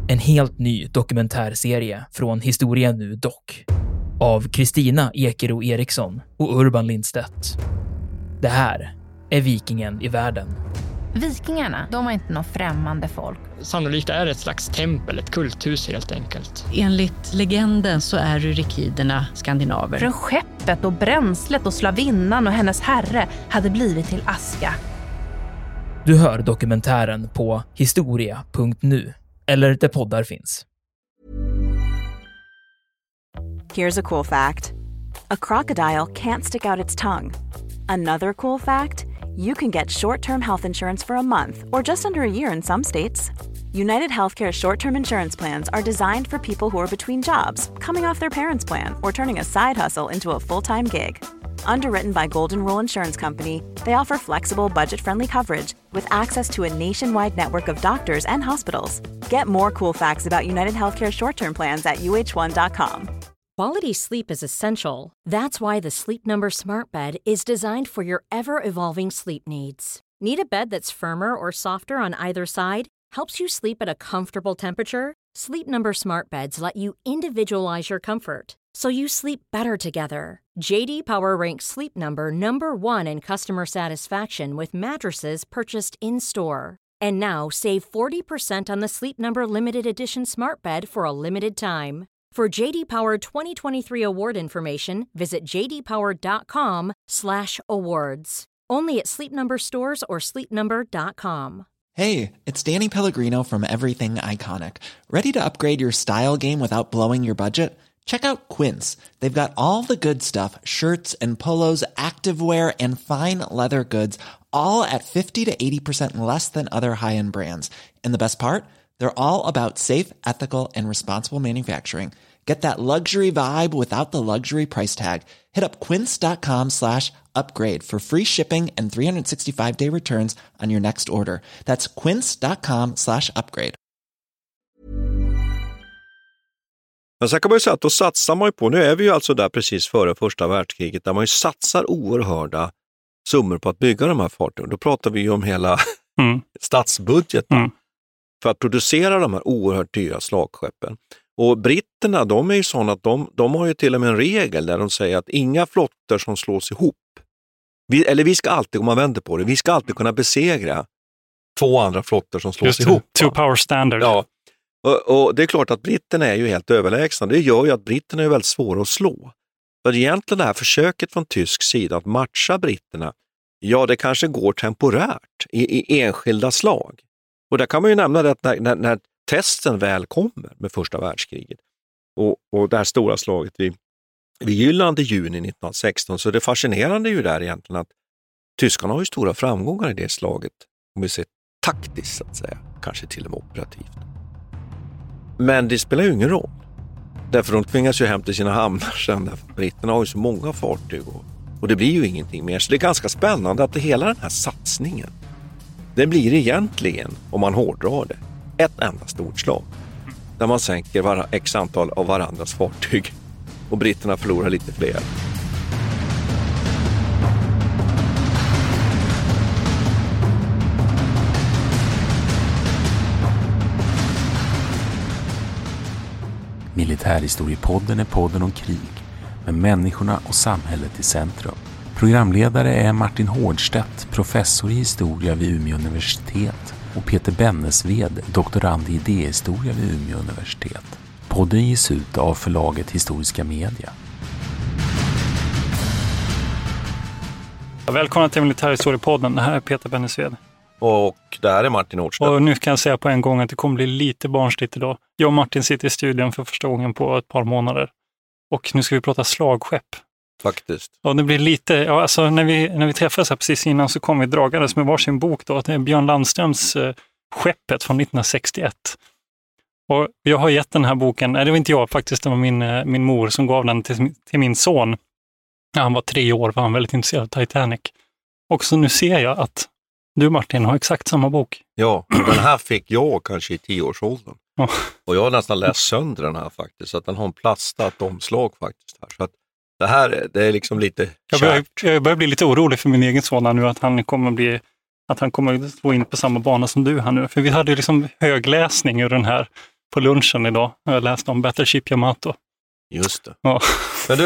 En helt ny dokumentärserie från Historia Nu Dock. Av Kristina Ekero Eriksson och Urban Lindstedt. Det här är Vikingen i världen. Vikingarna, de var inte någon främmande folk. Sannolikt är det ett slags tempel, ett kulthus helt enkelt. Enligt legenden så är rykiderna skandinaver. Från skeppet och bränslet och slavinnan och hennes herre hade blivit till aska. Du hör dokumentären på historia.nu eller där poddar finns. Here's a cool fact. A crocodile can't stick out its tongue. Another cool fact, you can get short-term health insurance for a month or just under a year in some states. United Healthcare short-term insurance plans are designed for people who are between jobs, coming off their parents' plan, or turning a side hustle into a full-time gig. Underwritten by Golden Rule Insurance Company, they offer flexible, budget-friendly coverage with access to a nationwide network of doctors and hospitals. Get more cool facts about United Healthcare short-term plans at uh1.com. Quality sleep is essential. That's why the Sleep Number Smart Bed is designed for your ever-evolving sleep needs. Need a bed that's firmer or softer on either side? Helps you sleep at a comfortable temperature? Sleep Number Smart Beds let you individualize your comfort, so you sleep better together. JD Power ranks Sleep Number #1 in customer satisfaction with mattresses purchased in-store. And now save 40% on the Sleep Number Limited Edition Smart Bed for a limited time. For JD Power 2023 award information, visit jdpower.com/awards. Only at Sleep Number stores or sleepnumber.com. Hey, it's Danny Pellegrino from Everything Iconic. Ready to upgrade your style game without blowing your budget? Check out Quince. They've got all the good stuff, shirts and polos, activewear and fine leather goods, all at 50 to 80% less than other high-end brands. And the best part? They're all about safe, ethical, and responsible manufacturing. Get that luxury vibe without the luxury price tag. Hit up quince.com/upgrade for free shipping and 365-day returns on your next order. That's quince.com/upgrade. Men sen kan man ju säga att då satsar man ju på, nu är vi ju alltså där precis före första världskriget, där man ju satsar oerhörda summor på att bygga de här fartygen. Då pratar vi ju om hela statsbudgeten för att producera de här oerhört dyra slagskeppen. Och britterna, de är ju sådana att de har ju till och med en regel där de säger att inga flottor som slås ihop, vi ska alltid, om man vänder på det, vi ska alltid kunna besegra två andra flottor som slås ihop. Two power standard. Ja, och det är klart att britterna är ju helt överlägsna. Det gör ju att britterna är väldigt svåra att slå. För egentligen det här försöket från tysk sida att matcha britterna, ja det kanske går temporärt i enskilda slag. Och där kan man ju nämna det att när testen väl kommer med första världskriget och det här stora slaget vid Jylland i juni 1916, så det fascinerande är ju där egentligen att tyskarna har ju stora framgångar i det slaget, om vi ser taktiskt så att säga, kanske till och med operativt. Men det spelar ju ingen roll, därför de tvingas ju hem till sina hamnar sen, därför britterna har ju så många fartyg och det blir ju ingenting mer. Så det är ganska spännande att hela den här satsningen, det blir egentligen, om man hårdrar det, ett enda stort slag där man sänker x antal av varandras fartyg och britterna förlorar lite fler. Militärhistoriepodden är podden om krig med människorna och samhället i centrum. Programledare är Martin Hårdstedt, professor i historia vid Umeå universitet, och Peter Bennesved, doktorand i idéhistoria vid Umeå universitet. Podden ges ut av förlaget Historiska Media. Välkomna till Militärhistoriepodden. Det här är Peter Bennesved. Och det här är Martin Hårdstedt. Och nu kan jag säga på en gång att det kommer bli lite barnsligt idag. Jag och Martin sitter i studion för första gången på ett par månader. Och nu ska vi prata slagskepp. Faktiskt. Och det blir lite, ja, alltså när vi träffades här precis innan så kom vi dragandes med varsin bok då. Det är Björn Landströms Skeppet från 1961. Och jag har gett den här boken, nej det var inte jag faktiskt, det var min mor som gav den till min son. Ja, han var 3 år, var han väldigt intresserad av Titanic. Och så nu ser jag att du Martin har exakt samma bok. Ja, den här fick jag kanske i 10-årsåldern. Ja. Och jag har nästan läst sönder den här faktiskt, så att den har en plastat omslag faktiskt här. Så att det här, det är liksom lite jag börjar bli lite orolig för min egen son nu, att han kommer gå in på samma bana som du här nu. För vi hade ju liksom högläsning ur den här på lunchen idag. Jag läste om Battleship Yamato. Just det. Ja. Men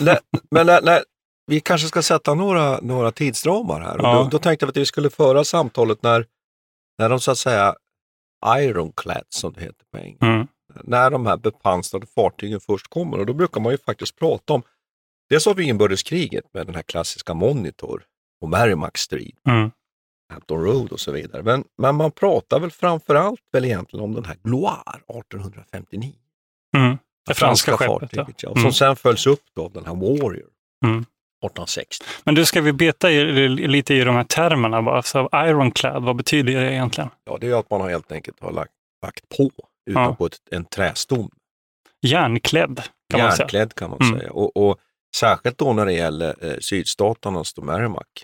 vi kanske ska sätta några tidsramar här. Ja. Och då tänkte jag att vi skulle föra samtalet när de så att säga Ironclad, som det heter på engelska. När de här bepansrade fartygen först kommer. Och då brukar man ju faktiskt prata om, dels har vi inbördeskriget med den här klassiska Monitor och Merrimack strid. Hampton Road och så vidare. Men man pratar väl framförallt egentligen om den här Gloire 1859. Det franska skeppet. Ja. Som sen följs upp då av den här Warrior 1860. Men du, ska vi beta lite i de här termerna bara. Så Ironclad, vad betyder det egentligen? Ja, det är att man har helt enkelt lagt på utan på en trästom. Järnklädd kan man säga. Järnklädd kan man säga. Och särskilt då när det gäller sydstaternas Merrimack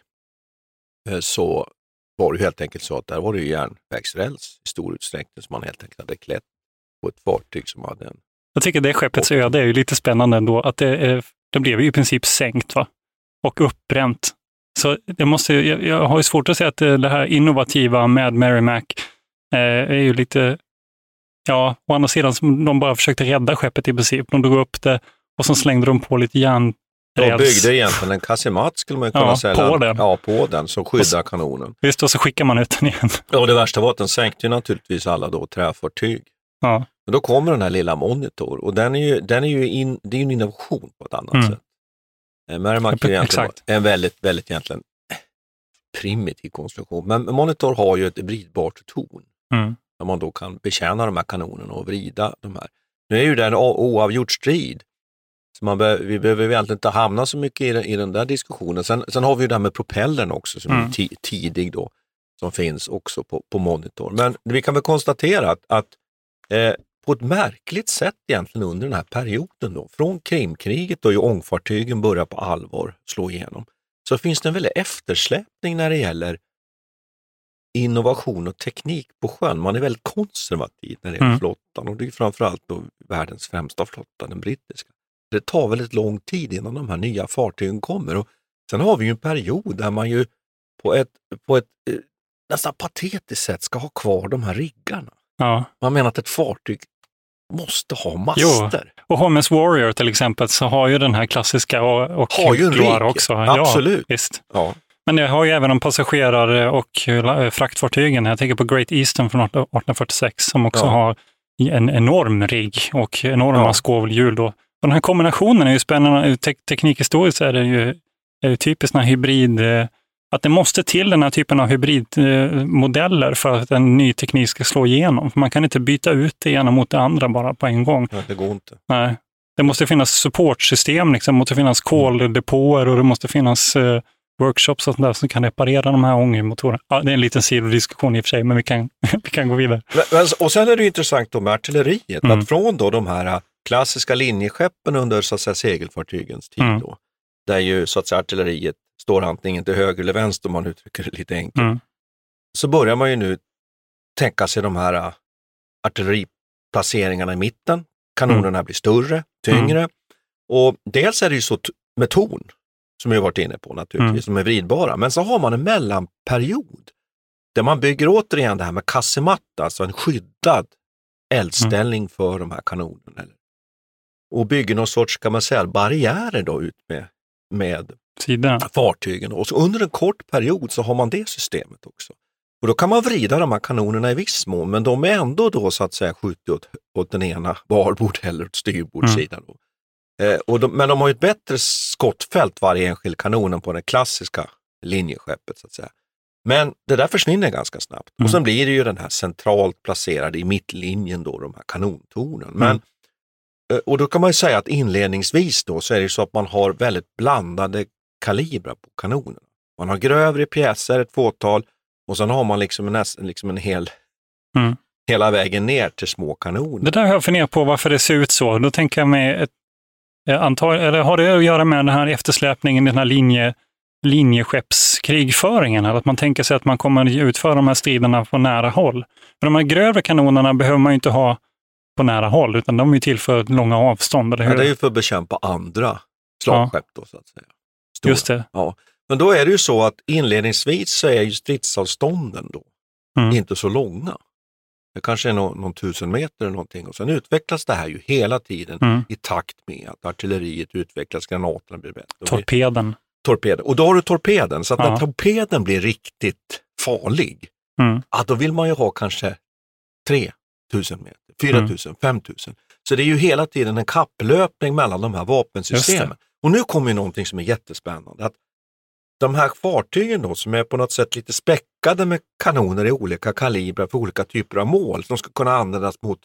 så var det helt enkelt så att där var det ju järnvägsräls i stor utsträckning som man helt enkelt hade klätt på ett fartyg som hade en... Jag tycker det skeppets öde är ju lite spännande ändå, att det blev ju i princip sänkt och uppbränt. Så jag har ju svårt att säga att det här innovativa med Merrimack är ju lite, ja, å andra sidan som de bara försökte rädda skeppet i princip. De drog upp det och så slängde de på lite järnräls. De byggde egentligen en kasemat skulle man kunna säga. På den. Ja, på den som skyddar kanonen. Just då, så skickar man ut den igen. Ja, det värsta var att den sänkte ju naturligtvis alla då träfartyg. Ja. Men då kommer den här lilla Monitor och det är ju en innovation på ett annat sätt. Merrimack är egentligen en väldigt, väldigt egentligen primitiv konstruktion. Men Monitor har ju ett vridbart torn. Där man då kan betjäna de här kanonerna och vrida de här. Nu är ju det en oavgjord strid. Så vi behöver egentligen inte hamna så mycket i den där diskussionen. Sen har vi ju det här med propellern också som är tidig då. Som finns också på Monitor. Men vi kan väl konstatera att på ett märkligt sätt egentligen under den här perioden då, från Krimkriget då ju ångfartygen börjar på allvar slå igenom, så finns det en väldigt eftersläpning när det gäller innovation och teknik på sjön. Man är väldigt konservativ när det gäller flottan och det är framförallt då världens främsta flotta, den brittiska. Det tar väldigt lång tid innan de här nya fartygen kommer och sen har vi ju en period där man ju på ett nästan patetiskt sätt ska ha kvar de här riggarna. Ja. Man menar att ett fartyg måste ha master. Jo. Och Holmes Warrior till exempel så har ju den här klassiska och har ju en rigg också. Absolut. Ja, visst. Ja. Men det har ju även de passagerare och fraktfartygen. Jag tänker på Great Eastern från 1846 som också har en enorm rigg och enorma skovlhjul då. Och den här kombinationen är ju spännande. Teknikhistoriskt är det ju typiskt när hybrid, att det måste till den här typen av hybridmodeller för att en ny teknik ska slå igenom. För man kan inte byta ut det ena mot det andra bara på en gång. Ja, det går inte. Nej. Det måste finnas supportsystem, liksom. Det måste finnas koldepåer och det måste finnas workshops och sånt där som kan reparera de här ångmotorerna. Ja, det är en liten sidodiskussion i och för sig, men vi kan gå vidare. Och sen är det intressant då med artilleriet, att från då de här klassiska linjeskeppen under så att säga segelfartygens tid då, där ju så att säga artilleriet står antingen till höger eller vänster om man uttrycker det lite enkelt. Så börjar man ju nu tänka sig de här artilleriplaceringarna i mitten. Kanonerna blir större, tyngre. Och dels är det ju så med torn, som jag har varit inne på naturligtvis, som är vridbara. Men så har man en mellanperiod där man bygger återigen det här med kasemat, alltså en skyddad eldställning för de här kanonerna. Och bygger någon sorts, kan man säga, barriärer då ut med fartygen. Och så under en kort period så har man det systemet också. Och då kan man vrida de här kanonerna i viss mån, men de är ändå då så att säga skjutit åt den ena barbord eller åt styrbordssidan. Men de har ju ett bättre skottfält varje enskild kanonen på det klassiska linjeskeppet så att säga. Men det där försvinner ganska snabbt. Och sen blir det ju den här centralt placerade i mittlinjen då, de här kanontornen. Men och då kan man ju säga att inledningsvis då så är det så att man har väldigt blandade kalibrar på kanonerna. Man har grövre pjäser, ett fåtal, och sen har man liksom en hela vägen ner till små kanoner. Det där har jag funderat på varför det ser ut så. Då tänker jag mig eller har det att göra med den här eftersläpningen, den här linjeskeppskrigföringen, eller att man tänker sig att man kommer utföra de här striderna på nära håll. Men de här grövre kanonerna behöver man ju inte ha på nära håll, utan de är ju till för långa avstånd. Eller hur? Ja, det är ju för att bekämpa andra slagskepp då så att säga. Stora. Just det. Ja. Men då är det ju så att inledningsvis så är ju stridsavstånden då inte så långa. Det kanske är någon 1000 meter eller någonting. Och sen utvecklas det här ju hela tiden i takt med att artilleriet utvecklas, granaterna blir bättre. Torpeden. Och då har du torpeden. Så att när torpeden blir riktigt farlig, då vill man ju ha kanske 3000 meter, 4000, 5000. Så det är ju hela tiden en kapplöpning mellan de här vapensystemen. Och nu kommer ju någonting som är jättespännande. Att de här fartygen då, som är på något sätt lite späckade med kanoner i olika kalibrar för olika typer av mål, som ska kunna användas mot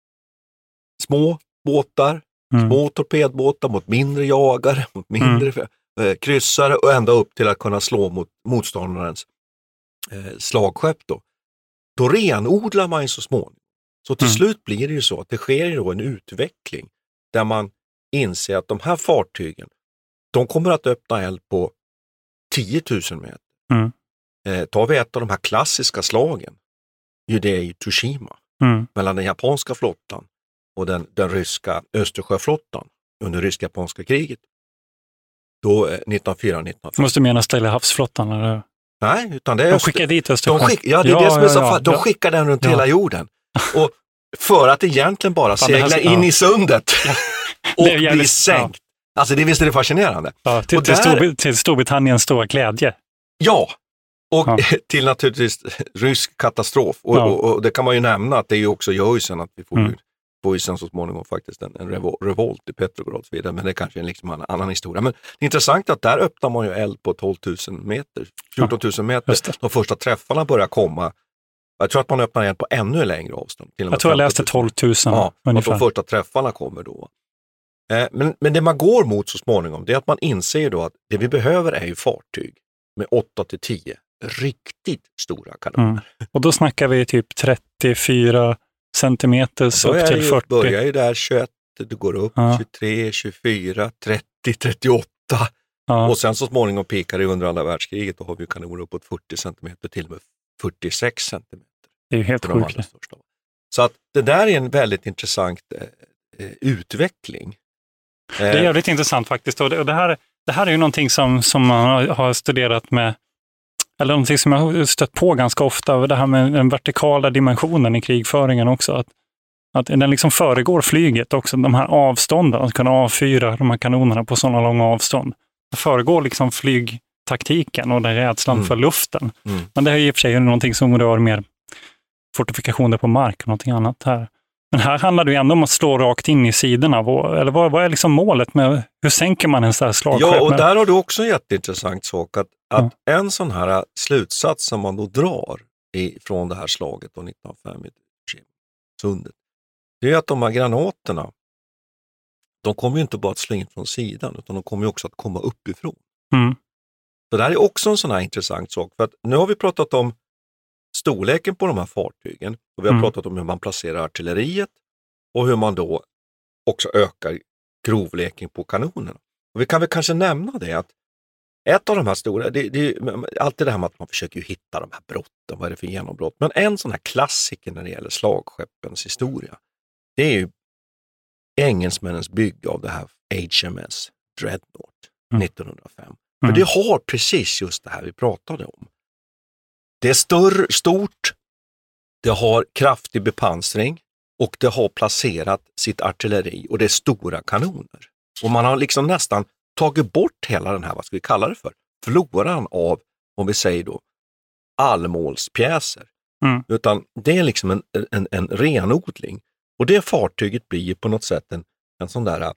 små båtar, små torpedbåtar, mot mindre jagare, mot mindre kryssare och ända upp till att kunna slå mot motståndarens slagskepp då. Då renodlar man ju så småningom. Så till slut blir det ju så att det sker ju då en utveckling där man inser att de här fartygen, de kommer att öppna eld på 10 000 meter. Tar vi ett av de här klassiska slagen, ju det i Tsushima, mellan den japanska flottan och den ryska Östersjöflottan under rysk-japanska kriget. Då 1904-1905. Måste du mena Stilla havsflottan? Eller? Nej, utan det är de skickar dit Östersjön. De skickar den runt hela jorden. Och för att egentligen bara segla in i sundet och bli sänkt. Alltså visst är det fascinerande. Ja, till Storbritanniens stora glädje. Ja, och till naturligtvis rysk katastrof. Och det kan man ju nämna att det ju också gör ju sen att vi får ju sen så småningom faktiskt en revolt i Petrograd och så vidare. Men det är kanske liksom en annan historia. Men det är intressant att där öppnar man ju eld på 12 000 meter, 14 000 meter. De första träffarna börjar komma. Jag tror att man öppnar eld på ännu längre avstånd. Jag tror jag läste 12 000 ungefär. Och de första träffarna kommer då. Men det man går mot så småningom, det är att man inser då att det vi behöver är ju fartyg med 8-10 riktigt stora kanoner. Och då snackar vi typ 34 centimeters upp till 40. Det börjar ju där 21, du går upp 23, 24, 30, 38. Och sen så småningom pikar det under andra världskriget och har vi kanoner uppåt 40 centimeter, till och med 46 centimeter. Det är ju helt sjukt. Så att det där är en väldigt intressant utveckling. Det är jävligt intressant faktiskt. Och det här är ju någonting som man har studerat med, eller någonting som jag har stött på ganska ofta, det här med den vertikala dimensionen i krigföringen också. Att den liksom föregår flyget också, de här avstånden, att kunna avfyra de här kanonerna på sådana långa avstånd. Det föregår liksom flygtaktiken och den rädslan för luften. Men det är i och för sig någonting som rör mer fortifikationer på mark och någonting annat här. Men här handlar det ju ändå om att slå rakt in i sidorna. Eller vad är liksom målet med, hur sänker man en sån här slagskepp? Ja, och där har du också en jätteintressant sak. Att en sån här slutsats som man då drar från det här slaget då 1905 i sundet, det är att de här granaterna, de kommer ju inte bara att slå in från sidan, utan de kommer ju också att komma uppifrån. Så det här är också en sån här intressant sak. För att nu har vi pratat om storleken på de här fartygen och vi har pratat om hur man placerar artilleriet och hur man då också ökar grovleken på kanonerna. Och vi kan väl kanske nämna det att ett av de här stora, det är alltid det här med att man försöker hitta de här brotten, vad är det för genombrott? Men en sån här klassiker när det gäller slagskeppens historia, det är ju engelsmännens bygge av det här HMS Dreadnought 1905. För det har precis just det här vi pratade om. Det är stort, det har kraftig bepansring och det har placerat sitt artilleri och det är stora kanoner. Och man har liksom nästan tagit bort hela den här, vad ska vi kalla det för, floran av, om vi säger då, allmålspjäser. Utan det är liksom en renodling. Och det fartyget blir på något sätt en sån där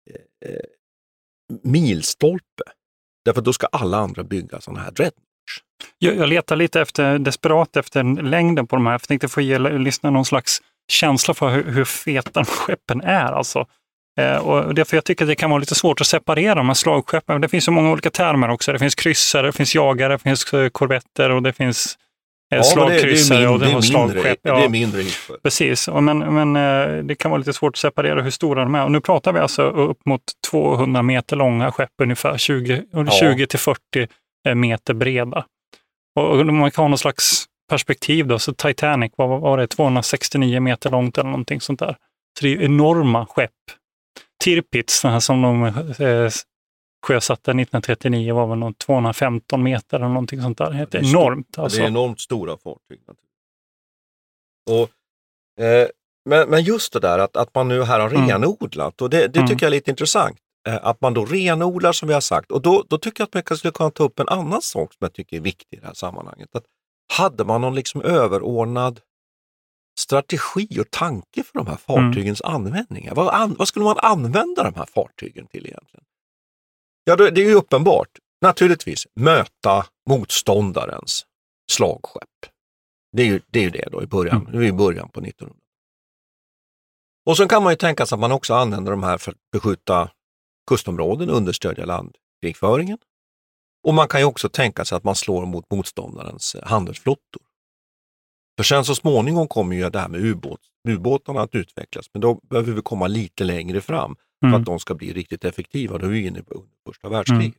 milstolpe. Därför då ska alla andra bygga sådana här Dreadnoughts. Jag letar lite desperat efter längden på de här. Jag tänkte få ge lyssna någon slags känsla för hur feta de skeppen är. Alltså. Och därför jag tycker att det kan vara lite svårt att separera de här slagskeppen. Det finns så många olika termer också. Det finns kryssare, det finns jagare, det finns korvetter och det finns slagkryssare och det har slagskepp. Det är mindre. Precis, men det kan vara lite svårt att separera hur stora de är. Och nu pratar vi alltså upp mot 200 meter långa skepp, ungefär 20-40 meter breda. Och man kan ha någon slags perspektiv då, så Titanic var det 269 meter långt eller någonting sånt där. Så det är enorma skepp. Tirpitz, den här som de sjösatte 1939, var väl någon 215 meter eller någonting sånt där. Det är enormt. Alltså. Det är enormt stora fartyg naturligtvis. Och Men just det där att man nu här har renodlat, och det tycker jag är lite intressant. Att man då renodlar som vi har sagt. Och då tycker jag att man skulle kunna ta upp en annan sak som jag tycker är viktig i det här sammanhanget. Att hade man någon liksom överordnad strategi och tanke för de här fartygens användningar? Vad skulle man använda de här fartygen till egentligen? Ja, det är ju uppenbart. Naturligtvis möta motståndarens slagskepp. Det är ju det då i början. Det är i början på 1900. Och så kan man ju tänka sig att man också använder de här för att beskjuta kustområden, understödja landkrigföringen. Och man kan ju också tänka sig att man slår mot motståndarens handelsflottor. För sen så småningom kommer ju det här med ubåtarna att utvecklas, men då behöver vi komma lite längre fram för att de ska bli riktigt effektiva. Då är vi inne på första världskriget.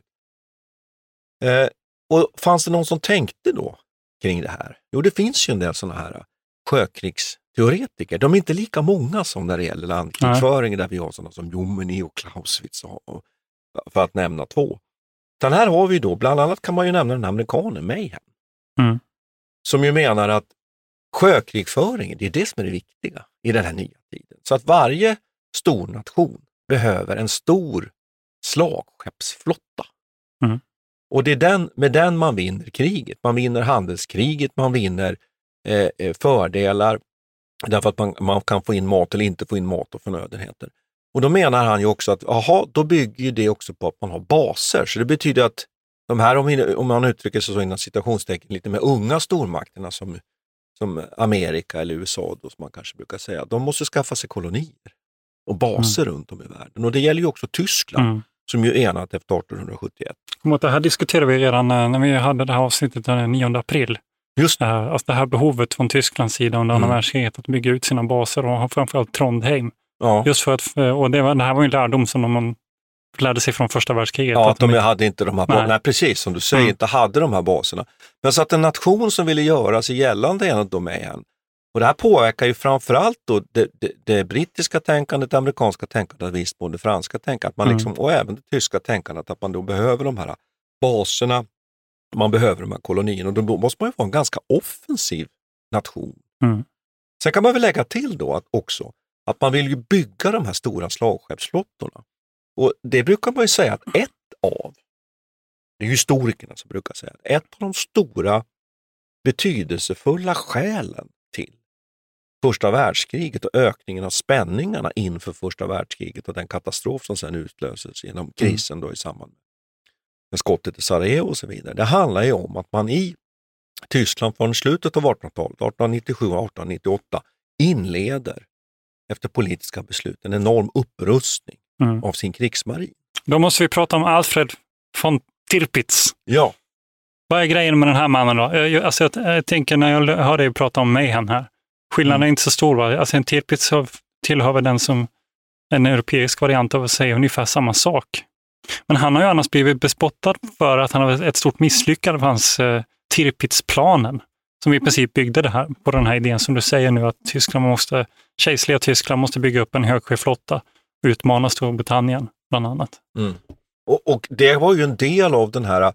Och fanns det någon som tänkte då kring det här? Jo, det finns ju en del sådana här sjökrigsteoretiker. De är inte lika många som när det gäller landkrigföring, där vi har sådana som Jomini och Clausewitz, för att nämna två. Den här har vi då, bland annat kan man ju nämna den amerikanen Mayhem. Som ju menar att sjökrigföringen, det är det som är det viktiga i den här nya tiden. Så att varje stor nation behöver en stor slagskeppsflotta. Och det är med den man vinner kriget. Man vinner handelskriget, man vinner fördelar därför att man kan få in mat eller inte få in mat och förnödenheter. Och då menar han ju också att då bygger ju det också på att man har baser. Så det betyder att de här, om man uttrycker sig så inom citationstecken, lite med unga stormakterna som Amerika eller USA då, som man kanske brukar säga, de måste skaffa sig kolonier och baser runt om i världen. Och det gäller ju också Tyskland som ju enat efter 1871. Det här diskuterade vi redan när vi hade det här avsnittet den 9 april. Just det. Alltså det här behovet från Tysklands sida under andra världskriget att bygga ut sina baser och framförallt Trondheim. Ja. Just för att, och det här var ju en lärdom som man lärde sig från första världskriget. Ja, att de hade inte de här baserna. Nej, precis som du säger, inte hade de här baserna. Men så att en nation som ville göra sig gällande enligt domän. Och det här påverkar ju framförallt då det brittiska tänkandet, det amerikanska tänkandet, visst både franska tänkandet, man liksom, och även det tyska tänkandet, att man då behöver de här baserna, man behöver de här kolonierna, och då måste man ju vara en ganska offensiv nation. Sen kan man väl lägga till då att man vill ju bygga de här stora slagskeppsflottorna. Och det brukar man ju säga att det är ju historikerna som brukar säga, ett av de stora betydelsefulla skälen till första världskriget och ökningen av spänningarna inför första världskriget och den katastrof som sedan utlöses genom krisen då i samband med skottet i Sarajevo och så vidare. Det handlar ju om att man i Tyskland från slutet av 1800-talet, 1897 och 1898, inleder efter politiska beslut en enorm upprustning av sin krigsmarin. Då måste vi prata om Alfred von Tirpitz. Ja. Vad är grejen med den här mannen då? Jag tänker när jag hör dig prata om Mayhem här. Skillnaden är inte så stor, va? Alltså en Tirpitz tillhör väl den som en europeisk variant av att säga ungefär samma sak. Men han har ju annars blivit bespottad för att han har ett stort misslyckande för hans Tirpitz-planen. Som i princip byggde det här på den här idén som du säger nu, att kejserliga Tyskland måste bygga upp en högsjöflotta och utmana Storbritannien bland annat. Och det var ju en del av den här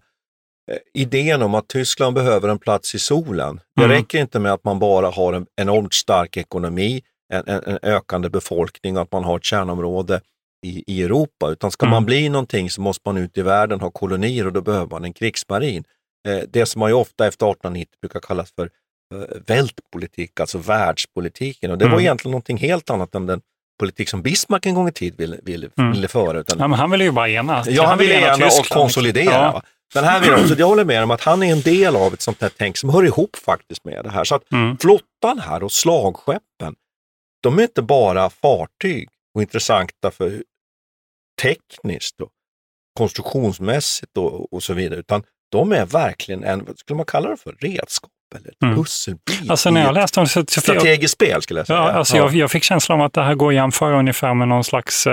idén om att Tyskland behöver en plats i solen. Det räcker inte med att man bara har en enormt stark ekonomi, en ökande befolkning och att man har ett kärnområde i Europa, utan ska man bli någonting så måste man ut i världen ha kolonier, och då behöver man en krigsmarin. Det som man ju ofta efter 1890 brukar kallas för Weltpolitik, alltså världspolitiken, och det var egentligen någonting helt annat än den politik som Bismarck en gång i tid ville föra. Utan, men han ville ju bara ena. Ja, han ville ena och konsolidera. Ja. Men här vill jag håller med om att han är en del av ett sånt här tänk som hör ihop faktiskt med det här. Så att flottan här och slagskeppen, de är inte bara fartyg och intressanta för tekniskt och konstruktionsmässigt och så vidare, utan de är verkligen vad skulle man kalla det för, redskap eller pusselbit. Alltså när jag läste om strategiskt spel skulle jag säga. Ja, alltså jag fick känslan om att det här går jämföra ungefär med någon slags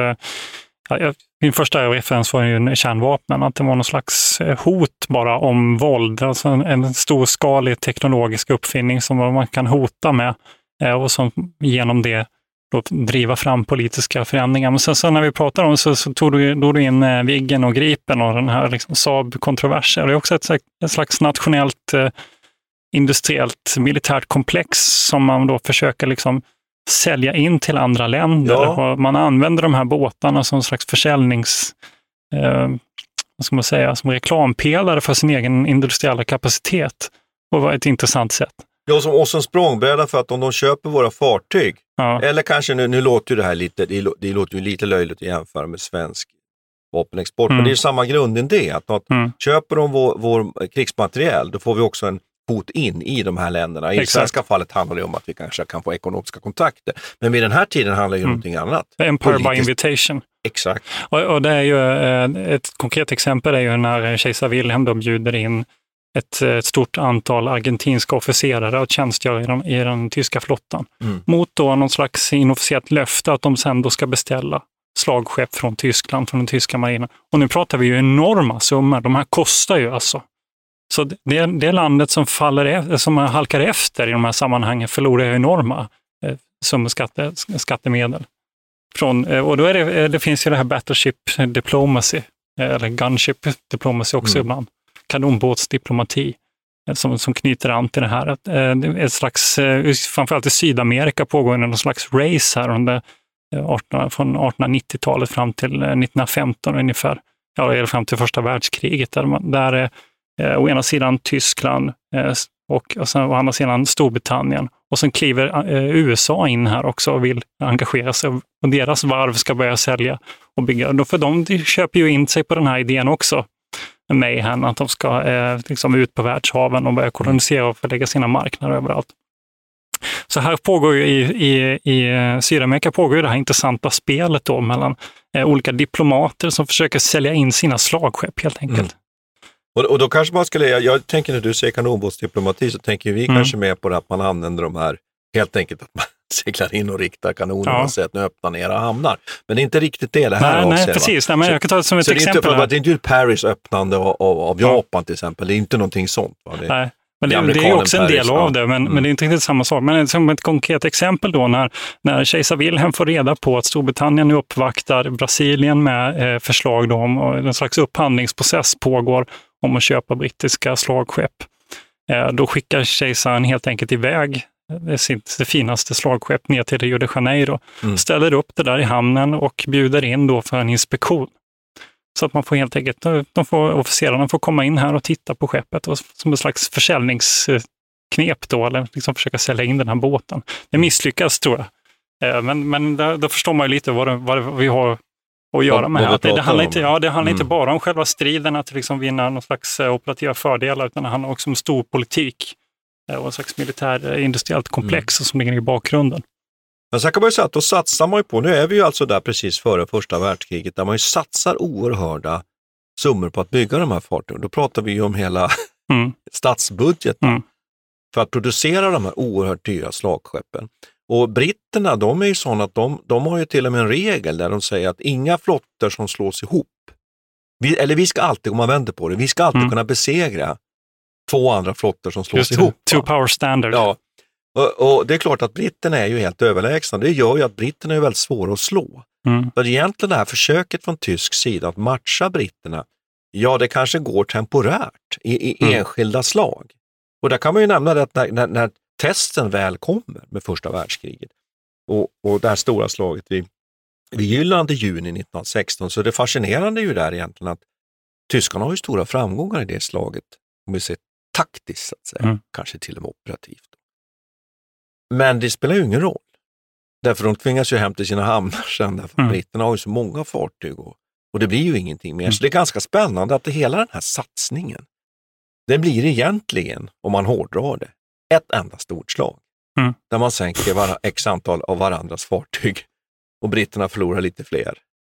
min första referens var ju kärnvapnen, att det var någon slags hot bara om våld, alltså en storskalig teknologisk uppfinning som man kan hota med och som genom det då driva fram politiska förändringar. Men sen så när vi pratar om så tog du in Viggen och Gripen och den här liksom Saab-kontroversen. Det är också ett slags nationellt industriellt militärt komplex som man då försöker liksom sälja in till andra länder. Ja. Man använder de här båtarna som en slags försäljnings... vad ska man säga, som reklampelare för sin egen industriella kapacitet. Och var ett intressant sätt. Ja, som oss en språngbräda för att om de köper våra fartyg, eller kanske nu låter ju det här lite, det låter ju lite löjligt att jämföra med svensk vapenexport, men det är ju samma grundidé att köper de vår krigsmateriel, då får vi också en fot in i de här länderna. I svenska fallet handlar det om att vi kanske kan få ekonomiska kontakter, men vid den här tiden handlar det ju om någonting annat. Empire by invitation. Exakt. Och det är ju ett konkret exempel är ju när kejsar Wilhelm då bjuder in ett stort antal argentinska officerare att tjänstgöra i den tyska flottan. Mot då någon slags inofficiellt löfte att de sen då ska beställa slagskepp från Tyskland, från den tyska marinen. Och nu pratar vi ju enorma summor. De här kostar ju alltså. Så det landet som halkar efter i de här sammanhangen förlorar ju enorma summor skattemedel. Och då är det finns ju det här battleship diplomacy, eller gunship diplomacy också ibland. Kanonbåtsdiplomati som knyter an till det här. Ett slags, framförallt i Sydamerika pågår någon slags race här under från 1890-talet fram till 1915 ungefär. Ja, eller fram till första världskriget där å ena sidan Tyskland och sen å andra sidan Storbritannien. Och sen kliver USA in här också och vill engagera sig. Och deras varv ska börja sälja och bygga. För de köper ju in sig på den här idén också. Mayhem, att de ska liksom ut på världshaven och börja kolonisera och förlägga sina marknader överallt. Så här pågår ju i Sydamerika pågår ju det här intressanta spelet då mellan olika diplomater som försöker sälja in sina slagskepp helt enkelt. Och då kanske man jag tänker när du säger kanonbåtsdiplomati så tänker vi kanske med på det att man använder de här, helt enkelt att man seglar in och riktar kanonerna och säger att nu öppnar ni era hamnar. Men det är inte riktigt det här avser. Nej, precis. Nej, men jag kan ta det som ett exempel. Det är inte Paris öppnande av Japan till exempel. Det är inte någonting sånt. Va? Nej. Men det är också en del av det, men det är inte riktigt samma sak. Men som ett konkret exempel då, när kejsar Wilhelm får reda på att Storbritannien nu uppvaktar Brasilien med förslag då om en slags upphandlingsprocess pågår om att köpa brittiska slagskepp. Då skickar kejsaren helt enkelt iväg det finaste slagskepp ner till Rio de Janeiro. Ställer upp det där i hamnen och bjuder in då för en inspektion. Så att man får helt enkelt, officerarna får komma in här och titta på skeppet och som en slags försäljningsknep då, eller liksom försöka sälja in den här båten. Det misslyckas tror jag. Men då förstår man ju lite vad vi har att göra med här. Det handlar inte bara om själva striden att liksom vinna någon slags operativa fördelar, utan det handlar också om stor politik och en slags militär industriellt komplex som ligger i bakgrunden. Men sen kan man ju säga att då satsar man ju på, nu är vi ju alltså där precis före första världskriget, där man ju satsar oerhörda summor på att bygga de här fartygen. Då pratar vi ju om hela statsbudgeten för att producera de här oerhört dyra slagskeppen. Och britterna, de är ju sådana att de har ju till och med en regel där de säger att inga flottor som slås ihop, vi ska alltid, om man vänder på det, vi ska alltid kunna besegra två andra flottor som slås ihop. Two power standard. Ja. Och det är klart att britterna är ju helt överlägsna. Det gör ju att britterna är väldigt svåra att slå. För egentligen det här försöket från tysk sida att matcha britterna, ja det kanske går temporärt i enskilda slag. Och där kan man ju nämna det att när testen väl kommer med första världskriget och det här stora slaget vid Jylland i juni 1916, så det fascinerande är ju där egentligen att tyskarna har ju stora framgångar i det slaget, om vi ser taktiskt så att säga, kanske till och med operativt. Men det spelar ju ingen roll. Därför de tvingas ju hem till sina hamnar sen. Därför britterna har ju så många fartyg och det blir ju ingenting mer. Så det är ganska spännande att hela den här satsningen, det blir egentligen, om man hårdrar det, ett enda stort slag. Där man sänker x antal av varandras fartyg och britterna förlorar lite fler.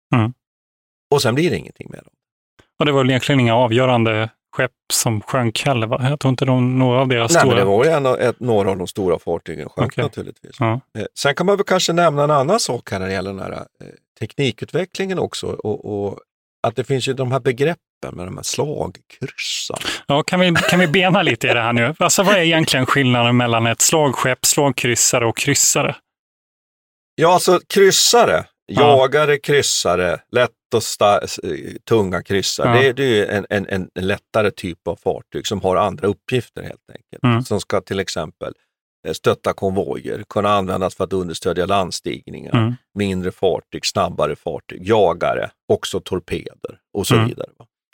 Och sen blir det ingenting med dem. Och det var väl egentligen inga avgörande skepp som sjönk heller, va? Jag tror inte några av deras stora... Nej, men det var ju några av de stora fartygen sjönk naturligtvis. Ja. Sen kan man väl kanske nämna en annan sak här när det gäller den här teknikutvecklingen också och att det finns ju de här begreppen med de här slagkryssarna. Ja, kan vi bena lite i det här nu? Alltså vad är egentligen skillnaden mellan ett slagskepp, slagkryssare och kryssare? Ja, alltså kryssare, jagare, kryssare, lätt och tunga kryssare. Det är ju en lättare typ av fartyg som har andra uppgifter helt enkelt. Som ska till exempel stötta konvojer, kunna användas för att understödja landstigningar, mindre fartyg, snabbare fartyg, jagare, också torpeder och så vidare.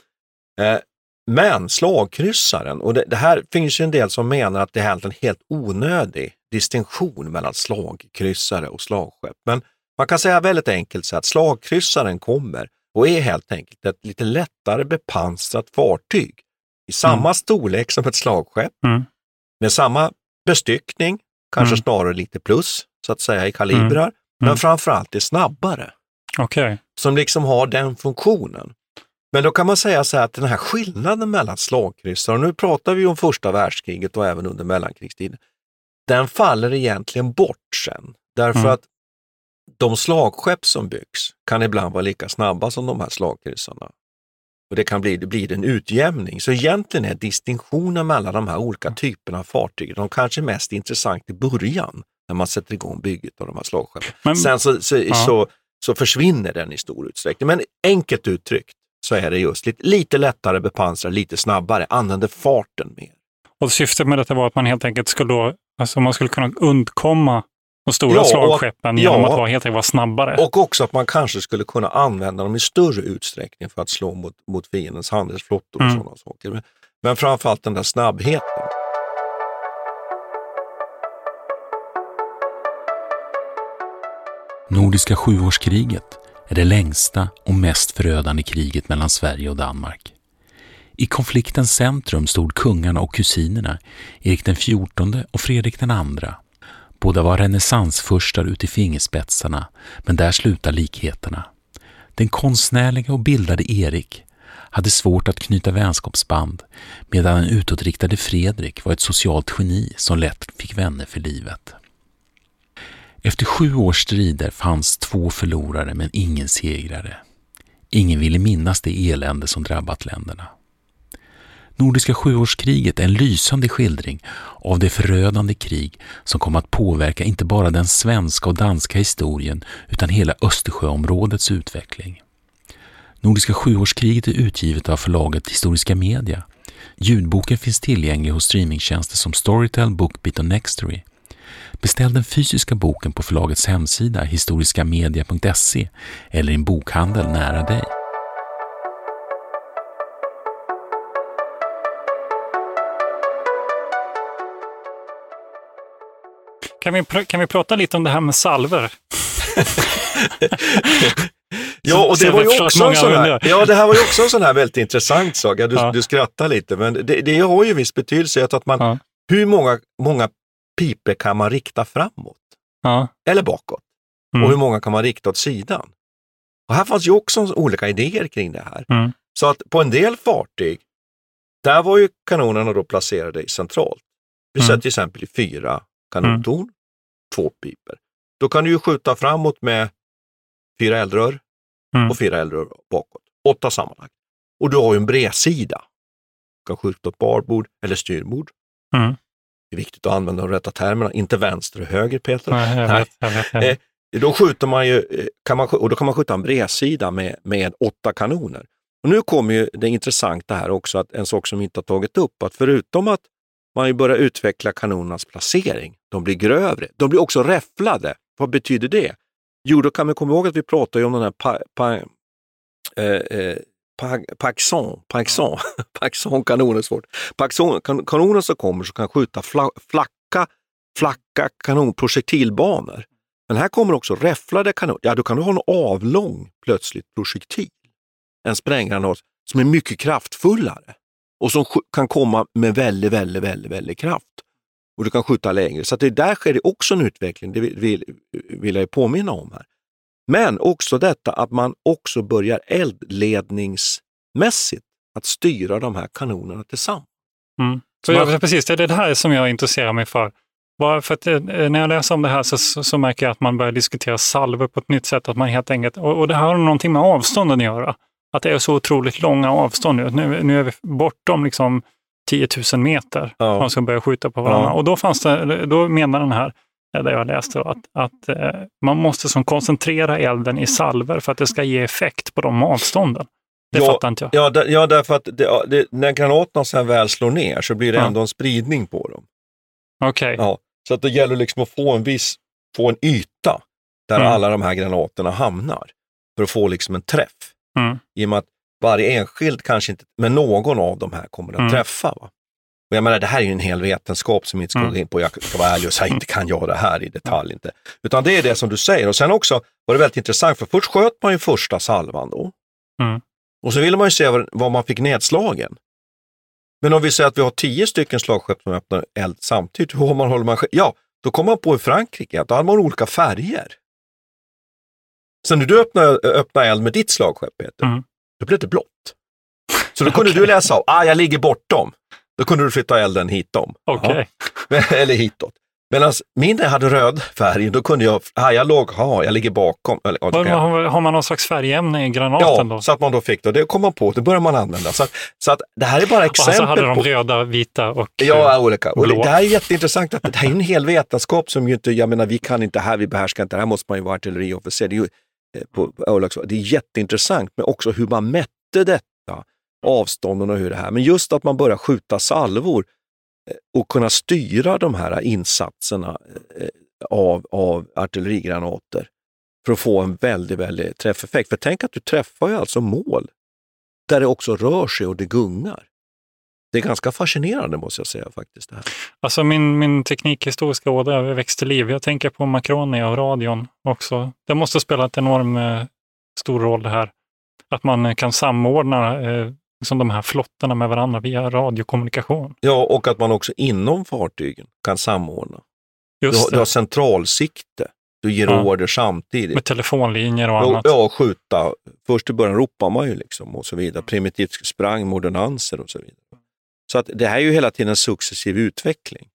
Men slagkryssaren, och det här finns ju en del som menar att det är en helt onödig distinktion mellan slagkryssare och slagskepp. Men man kan säga väldigt enkelt så att slagkryssaren kommer och är helt enkelt ett lite lättare bepansrat fartyg i samma storlek som ett slagskepp, med samma bestyckning, kanske snarare lite plus så att säga i kalibrar, men framförallt är snabbare. Som liksom har den funktionen. Men då kan man säga så här att den här skillnaden mellan slagkryssare, och nu pratar vi om första världskriget och även under mellankrigstiden, den faller egentligen bort sen. Därför att de slagskepp som byggs kan ibland vara lika snabba som de här slagkryssarna. Och det blir en utjämning. Så egentligen är distinktionen mellan de här olika typerna av fartyg, de kanske är mest intressant i början när man sätter igång bygget av de här slagskeppen. Sen så försvinner den i stor utsträckning. Men enkelt uttryckt så är det just lite lättare bepansrad, lite snabbare, använder farten mer. Och syftet med detta var att man helt enkelt man skulle kunna undkomma de stora slagskeppen genom att helt enkelt vara snabbare. Och också att man kanske skulle kunna använda dem i större utsträckning för att slå mot fiendens handelsflottor och sådana saker. Men framförallt den där snabbheten. Nordiska sjuårskriget är det längsta och mest förödande kriget mellan Sverige och Danmark. I konfliktens centrum stod kungarna och kusinerna Erik den XIV och Fredrik den II. Båda var renässansfurstar ut i fingerspetsarna, men där slutar likheterna. Den konstnärliga och bildade Erik hade svårt att knyta vänskapsband, medan den utåtriktade Fredrik var ett socialt geni som lätt fick vänner för livet. Efter 7 års strider fanns 2 förlorare men ingen segrare. Ingen ville minnas det elände som drabbat länderna. Nordiska sjuårskriget är en lysande skildring av det förödande krig som kom att påverka inte bara den svenska och danska historien utan hela Östersjöområdets utveckling. Nordiska sjuårskriget är utgivet av förlaget Historiska Media. Ljudboken finns tillgänglig hos streamingtjänster som Storytel, Bookbeat och Nextory. Beställ den fysiska boken på förlagets hemsida historiskamedia.se eller i en bokhandel nära dig. Kan vi prata lite om det här med salver? Ja, och det var ju också en sån här, det här var ju också en sån här väldigt intressant sak. Du skrattar lite, men det har ju viss betydelse att man, hur många piper kan man rikta framåt? Eller bakåt? Och hur många kan man rikta åt sidan? Och här fanns ju också olika idéer kring det här. Så att på en del fartyg, där var ju kanonerna då placerade centralt. Vi sätter till exempel i 4 kanontorn, 2 piper. Då kan du ju skjuta framåt med 4 eldrör och 4 eldrör bakåt. 8 sammanlagt. Och du har ju en bredsida. Du kan skjuta åt barbord eller styrbord. Det är viktigt att använda de rätta termerna. Inte vänster och höger, Peter. Nej, jag vet. Då skjuter man ju, och då kan man skjuta en bredsida med 8 kanoner. Och nu kommer ju det intressanta här också, att en sak som vi inte har tagit upp, att förutom att man ju börjar utveckla kanonernas placering, de blir grövre, de blir också räfflade. Vad betyder det? Jo, då kan man komma ihåg att vi pratar ju om den här Paxson-kanonen svårt. Paxson-kanonen som kommer så kan skjuta flacka kanonprojektilbanor. Men här kommer också räfflade kanoner. Ja, då kan du ha en avlång plötsligt projektil. En spränggranat som är mycket kraftfullare. Och som kan komma med väldigt kraft. Och du kan skjuta längre. Så att det där sker det också en utveckling. Det vill jag påminna om här. Men också detta att man också börjar eldledningsmässigt att styra de här kanonerna tillsammans. Precis, det är det här som jag intresserar mig för. För att när jag läser om det här så märker jag att man börjar diskutera salver på ett nytt sätt. Att man helt enkelt, och det här har någonting med avstånden att göra. Att det är så otroligt långa avstånd nu. Nu är vi bortom liksom 10 000 meter. Man ska börja skjuta på varandra. Och då menar den här, där jag läste då, att man måste som koncentrera elden i salver för att det ska ge effekt på de avstånden. Det fattar inte jag. Ja, därför att när granaterna sen väl slår ner så blir det ändå en spridning på dem. Okej. Ja, Så att det gäller liksom att få en yta där alla de här granaterna hamnar. För att få liksom en träff. I och med att varje enskild kanske inte, men någon av de här kommer att träffa. Va? Och jag menar, det här är ju en hel vetenskap som inte ska gå in på. Jag ska vara ärlig och säga, inte kan jag det här i detalj inte. Utan det är det som du säger. Och sen också var det väldigt intressant, för först sköt man ju första salvan då. Och så ville man ju se vad man fick nedslagen. Men om vi säger att vi har 10 stycken slagskepp som öppnar eld samtidigt, hur håller man? Ja, då kommer man på i Frankrike att då hade man olika färger. Så när du öppnar eld med ditt slagskepp, Peter, då blev det blått. Så då kunde du läsa av, jag ligger bortom. Då kunde du flytta elden hitom. Eller hitåt. Medan min hade röd färg, då kunde jag ligger bakom. Har man någon slags färgämne i granaten då? Ja, så att man då fick det kom man på, det börjar man använda. Så att det här är bara exempel på... Och så hade de röda, vita och olika. Och det här är jätteintressant, att det här är en hel vetenskap som ju inte, jag menar, vi kan inte här, vi behärskar inte, här måste man ju vara artilleriofficer. Det är jätteintressant, men också hur man mätte detta, avstånden och hur det här. Men just att man börjar skjuta salvor och kunna styra de här insatserna av artillerigranater för att få en väldigt, väldigt träffeffekt. För tänk att du träffar ju alltså mål där det också rör sig och det gungar. Det är ganska fascinerande, måste jag säga faktiskt. Det här. Alltså min teknikhistoriska ådra växt till liv. Jag tänker på Macroni och radion också. Det måste spela ett enormt stor roll det här. Att man kan samordna liksom de här flottorna med varandra via radiokommunikation. Ja, och att man också inom fartygen kan samordna. Du har centralsikte. Du ger order samtidigt. Med telefonlinjer och annat. Ja, skjuta. Först i början ropar man ju liksom och så vidare. Primitivt sprang, modernanser och så vidare. Så att det här är ju hela tiden en successiv utveckling.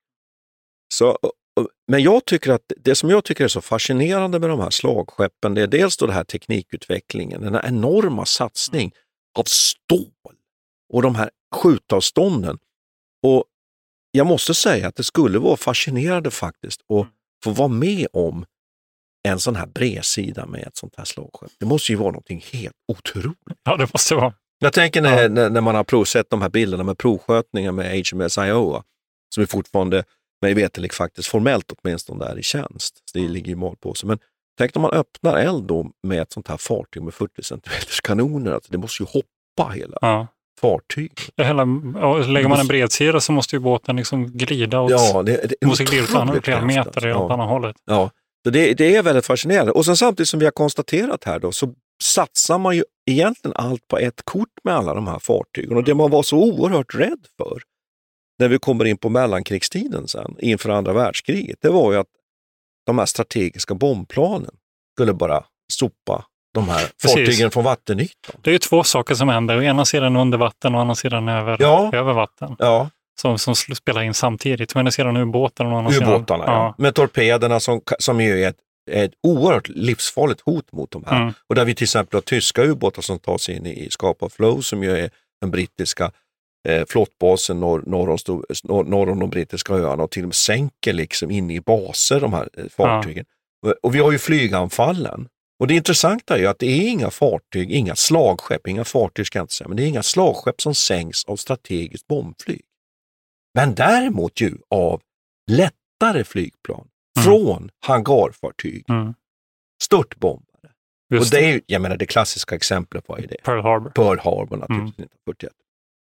Men jag tycker att det som jag tycker är så fascinerande med de här slagskeppen, det är dels då det här teknikutvecklingen, den här enorma satsning av stål och de här skjutavstånden. Och jag måste säga att det skulle vara fascinerande faktiskt att få vara med om en sån här bredsida med ett sånt här slagskepp. Det måste ju vara någonting helt otroligt. Ja, det måste vara. Jag tänker när man har sett de här bilderna med provskjutningar med HMS Iowa, som är fortfarande, mig veterligt faktiskt formellt åtminstone där i tjänst. Så det ligger i malpåse. Men tänk när man öppnar eld då med ett sånt här fartyg med 40 cm kanoner. Alltså det måste ju hoppa hela fartyg. Lägger man en bredsida så måste ju båten liksom glida åt, det måste glida åt flera meter åt andra hållet. Ja, så det är väldigt fascinerande. Och sen samtidigt som vi har konstaterat här då, så satsar man ju egentligen allt på ett kort med alla de här fartygen. Och det man var så oerhört rädd för när vi kommer in på mellankrigstiden sen, inför andra världskriget, det var ju att de här strategiska bombplanen skulle bara sopa de här fartygen från vattenytan. Det är ju två saker som händer. Å ena sidan under vatten och å andra sidan över vatten. Ja. Som spelar in samtidigt. Å ena sidan ubåtarna och å andra sidan... Ubåtarna, ja. Med torpederna som ju är ett oerhört livsfarligt hot mot de här. Och där vi till exempel har tyska ubåtar som tar sig in i Scapa Flow, som ju är den brittiska flottbasen norr om de brittiska öarna, och till och med sänker liksom in i baser de här fartygen. Och vi har ju flyganfallen. Och det intressanta är ju att det är inga fartyg, inga slagskepp, inga fartyg ska jag inte säga, men det är inga slagskepp som sänks av strategiskt bombflyg. Men däremot ju av lättare flygplan från hangarfartyg, störtbombare. Och det är ju, jag menar, det klassiska exemplet var ju det. Pearl Harbor naturligtvis 1941.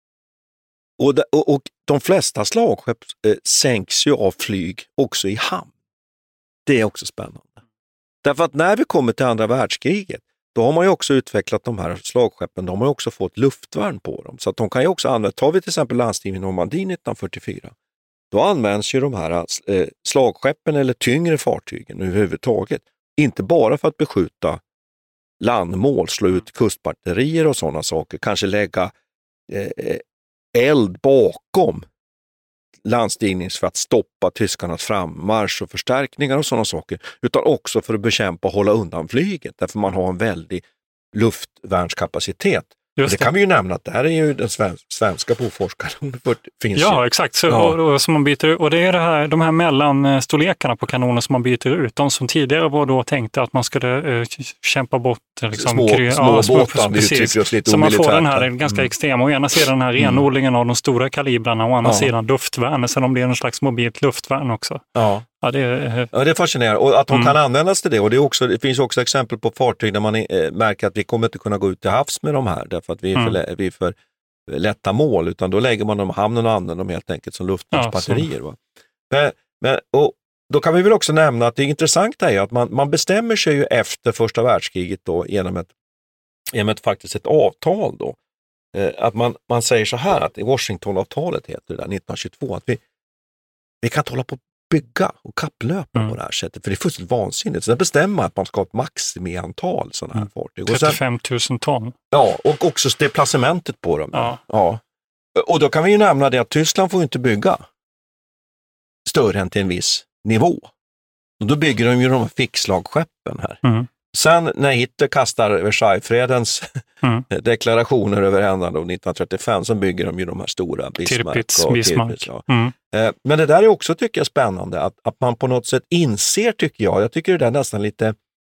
Och de flesta slagskepp sänks ju av flyg också i hamn. Det är också spännande. Därför att när vi kommer till andra världskriget, då har man ju också utvecklat de här slagskeppen, de har ju också fått luftvärn på dem. Så att de kan ju också använda, tar vi till exempel landstigningen i Normandie 1944, då används ju de här slagskeppen eller tyngre fartygen överhuvudtaget, inte bara för att beskjuta landmål, slå ut kustbatterier och sådana saker, kanske lägga eld bakom landstigning för att stoppa tyskarnas frammarsch och förstärkningar och sådana saker, utan också för att bekämpa och hålla undan flyget, därför man har en väldig luftvärnskapacitet. Det kan vi ju nämna att det här är ju den svenska Boforskanonen. Ja, exakt. Så man byter, och det är de här mellanstorlekarna på kanoner som man byter ut. De som tidigare var då tänkte att man skulle kämpa bort liksom, små båtar. Precis. Lite så man får den här ganska extrema. Å ena sidan den här renodlingen av de stora kalibrarna, och å andra sidan luftvärn. Så de blir en slags mobilt luftvärn också. Ja. Ja, det är fascinerande. Och att de kan användas till det. Och det finns också exempel på fartyg där man märker att vi kommer inte kunna gå ut till havs med de här därför att vi är för lätta mål, utan då lägger man dem i hamnen och använder dem helt enkelt som luftvärnsbatterier. Och då kan vi väl också nämna att det intressanta är att man bestämmer sig ju efter första världskriget då genom ett faktiskt ett avtal då. Att man säger så här, att i Washingtonavtalet heter det där 1922, att vi kan inte hålla på att bygga och kapplöpa på det här sättet, för det är fullständigt vansinnigt. Så det bestämmer att man ska ha ett maximiantal sådana här fartyg. 35 000 ton. Ja, och också deplacementet på dem. Ja. Och då kan vi ju nämna det att Tyskland får inte bygga större än till en viss nivå. Och då bygger de ju de här fixslagskeppen här. Sen när Hitler kastar Versaillesfredens deklarationer över ända då 1935, så bygger de ju de här stora Bismarck. Ja. Men det där är också, tycker jag, spännande att man på något sätt inser, tycker jag tycker det där nästan lite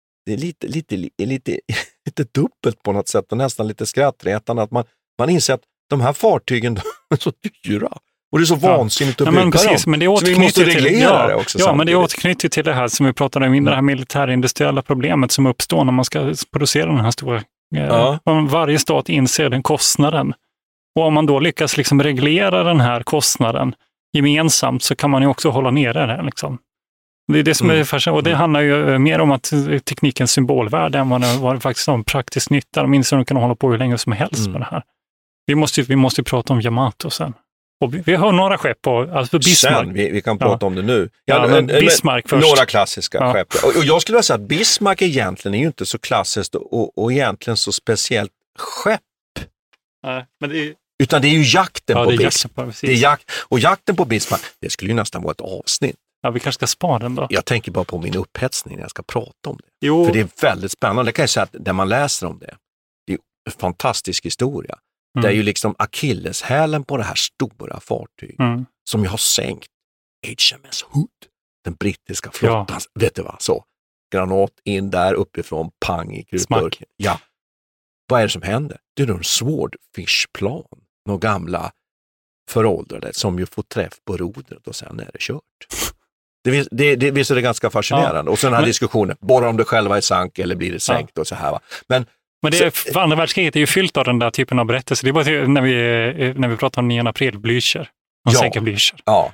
dubbelt på något sätt och nästan lite skrattretande, att man inser att de här fartygen är så dyra. Och det är så vansinnigt att bygga dem. Men det så vi måste reglera det också. Ja, men det återknyter till det här som vi pratade om, det här militärindustriella problemet som uppstår när man ska producera den här stora. Om varje stat inser den kostnaden. Och om man då lyckas liksom reglera den här kostnaden gemensamt, så kan man ju också hålla nere det. Liksom. Det är det som är fascinerande. Och det handlar ju mer om att teknikens symbolvärde än vad det faktiskt har praktisk nytta. De inser att de kan hålla på hur länge som helst med det här. Vi måste prata om Yamato sen. Och vi har några skepp på, alltså Bismarck. Sen, vi kan prata om det nu. Bismarck först. Några klassiska skepp. Och jag skulle vilja säga att Bismarck egentligen är ju inte så klassiskt och egentligen så speciellt skepp. Nej, men utan det är ju jakten på Bismarck. Det är jakt. Och jakten på Bismarck, det skulle ju nästan vara ett avsnitt. Ja, vi kanske ska spara den då. Jag tänker bara på min upphetsning när jag ska prata om det. Jo. För det är väldigt spännande. Det kan jag säga att när man läser om det är en fantastisk historia. Det är ju liksom akilleshälen på det här stora fartyg som ju har sänkt HMS Hood, den brittiska flottan. Vet du vad? Så, granat in där uppifrån, pang i krutburken. Ja. Vad är det som händer? Det är en Swordfish-plan. Några gamla föråldrade som ju får träff på rodret och sen är det kört. Det visar det ganska fascinerande. Ja. Och så den här diskussionen, borrar om det själva är sank eller blir det sänkt och så här, va? Men det andra världskriget är ju fyllt av den där typen av berättelser. Det är bara när vi pratar om 9 april, Blücher. Sänker Blücher. Ja.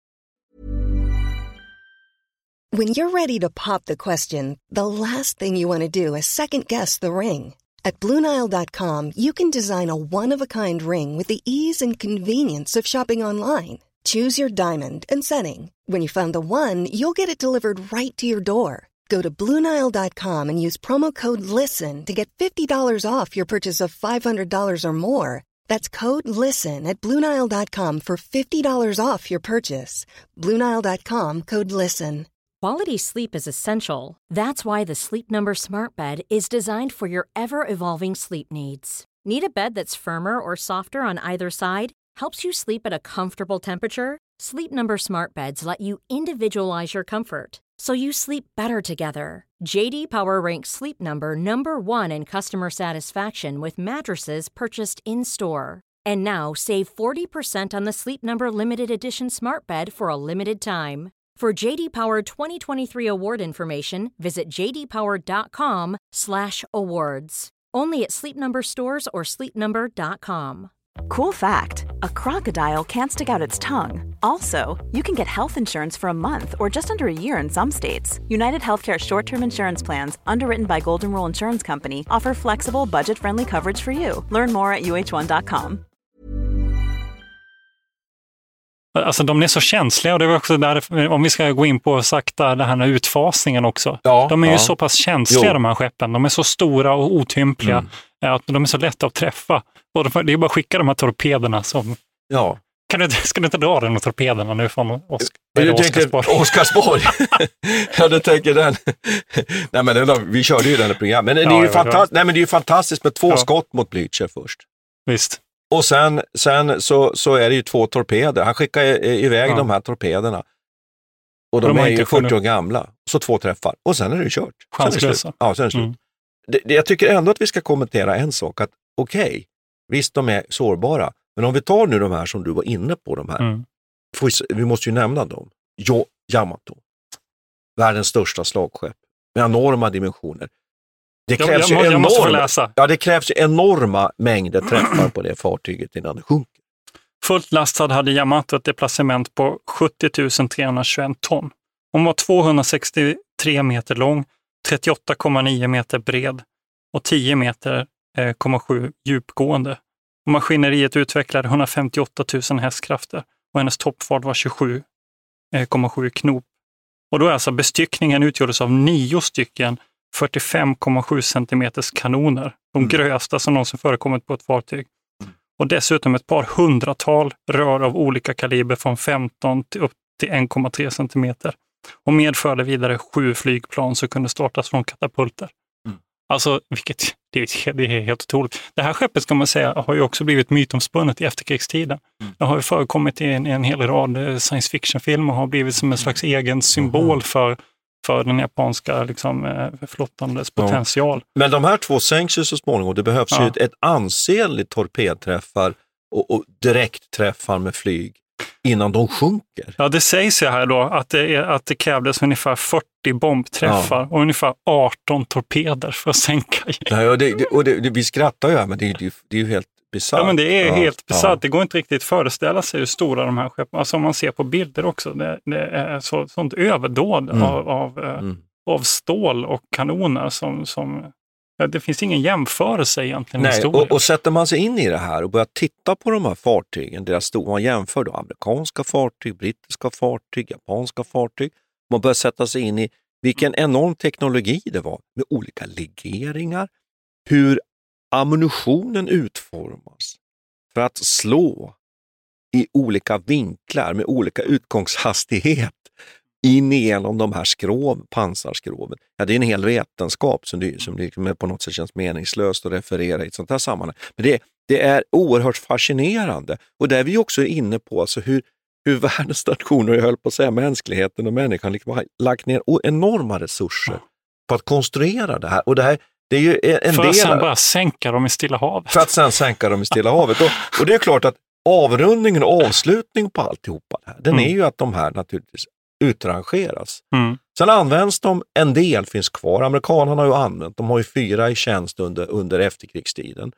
When you're ready to pop the question, the last thing you want to do is second guess the ring. At BlueNile.com, you can design a one-of-a-kind ring with the ease and convenience of shopping online. Choose your diamond and setting. When you find the one, you'll get it delivered right to your door. Go to BlueNile.com and use promo code LISTEN to get $50 off your purchase of $500 or more. That's code LISTEN at BlueNile.com for $50 off your purchase. BlueNile.com, code LISTEN. Quality sleep is essential. That's why the Sleep Number Smart Bed is designed for your ever-evolving sleep needs. Need a bed that's firmer or softer on either side? Helps you sleep at a comfortable temperature? Sleep Number Smart Beds let you individualize your comfort, so you sleep better together. JD Power ranks Sleep Number #1 in customer satisfaction with mattresses purchased in-store. And now save 40% on the Sleep Number Limited Edition Smart Bed for a limited time. For JD Power 2023 award information, visit jdpower.com/awards. Only at Sleep Number stores or sleepnumber.com. Cool fact, a crocodile can't stick out its tongue. Also, you can get health insurance for a month or just under a year in some states. United Healthcare short-term insurance plans, underwritten by Golden Rule Insurance Company, offer flexible, budget-friendly coverage for you. Learn more at uh1.com. Alltså de är så känsliga, och det var också där, om vi ska gå in på sakta det här med utfasningen också. Ja, de är ju så pass känsliga, de här skeppen. De är så stora och otympliga att de är så lätta att träffa. Och det är bara att skicka de här torpederna som... Ja. Ska du inte dra den och torpederna nu från Oscarsborg? Ja, du tänker den. Nej, men vi körde ju den i programmet. Men det är ju fantastiskt. Nej, men det är ju fantastiskt med 2 skott mot Blücher först. Visst. Och sen så är det ju 2 torpeder. Han skickar iväg de här torpederna. Och de är ju 40 år gamla. Så 2 träffar. Och sen är det ju kört. Chanslösa. Ja, sen är det slut. Jag tycker ändå att vi ska kommentera en sak. Att okej, visst de är sårbara. Men om vi tar nu de här som du var inne på, de här. Vi måste ju nämna dem. Yamato. världens största slagskepp med enorma dimensioner. Det krävs jag måste få läsa. Ja, det krävs ju enorma mängder träffar på det fartyget innan det sjunker. Fullt lastad hade Yamato ett deplacement på 70 321 ton. Hon var 263 meter lång, 38,9 meter bred och 10 meter 7 djupgående. Och maskineriet utvecklade 158 000 hästkrafter och hennes toppfart var 27,7 knop. Och då är alltså bestyckningen utgjordes av 9 stycken 45,7 centimeters kanoner. De grövsta som någonsin förekommit på ett fartyg. Och dessutom ett par hundratal rör av olika kaliber från 15 till upp till 1,3 centimeter. Och medförde vidare 7 flygplan som kunde startas från katapulter. Alltså, det är helt otroligt. Det här skeppet ska man säga har ju också blivit mytomspunnet i efterkrigstiden. Det har ju förekommit i en hel rad science fiction-filmer och har blivit som en slags egen symbol för den japanska liksom, flottandets potential. Men de här 2 sänks ju så småningom. Det behövs ju ett ansenligt torpedträffar och direktträffar med flyg innan de sjunker. Ja, det sägs ju här då att det krävdes ungefär 40 bombträffar och ungefär 18 torpeder för att sänka. Ja, vi skrattar ju här, men det är ju helt bisarrt. Ja, men det är helt bisarrt. Det går inte riktigt att föreställa sig hur stora de här skeppen. Alltså om man ser på bilder också, det är sånt överdåd av stål och kanoner som det finns ingen jämförelse egentligen i historien. Och sätter man sig in i det här och börjar titta på de här fartygen, man jämför då amerikanska fartyg, brittiska fartyg, japanska fartyg. Man börjar sätta sig in i vilken enorm teknologi det var med olika legeringar, hur ammunitionen utformas för att slå i olika vinklar med olika utgångshastighet in igenom de här pansarskroven. Ja, det är en hel vetenskap som på något sätt känns meningslöst att referera i ett sånt här sammanhang. Men det är oerhört fascinerande. Och där är vi också inne på alltså hur världens nationer, jag höll på att säga mänskligheten och människan liksom har lagt ner enorma resurser på att konstruera det här. Och det är ju en för del... att sen bara sänka dem i Stilla havet. För att sen sänka dem i Stilla havet. Och det är klart att avrundningen och avslutningen på alltihopa det här, den är ju att de här naturligtvis utrangeras. Sen används de, en del finns kvar. Amerikanerna har ju använt, de har ju 4 i tjänst under efterkrigstiden.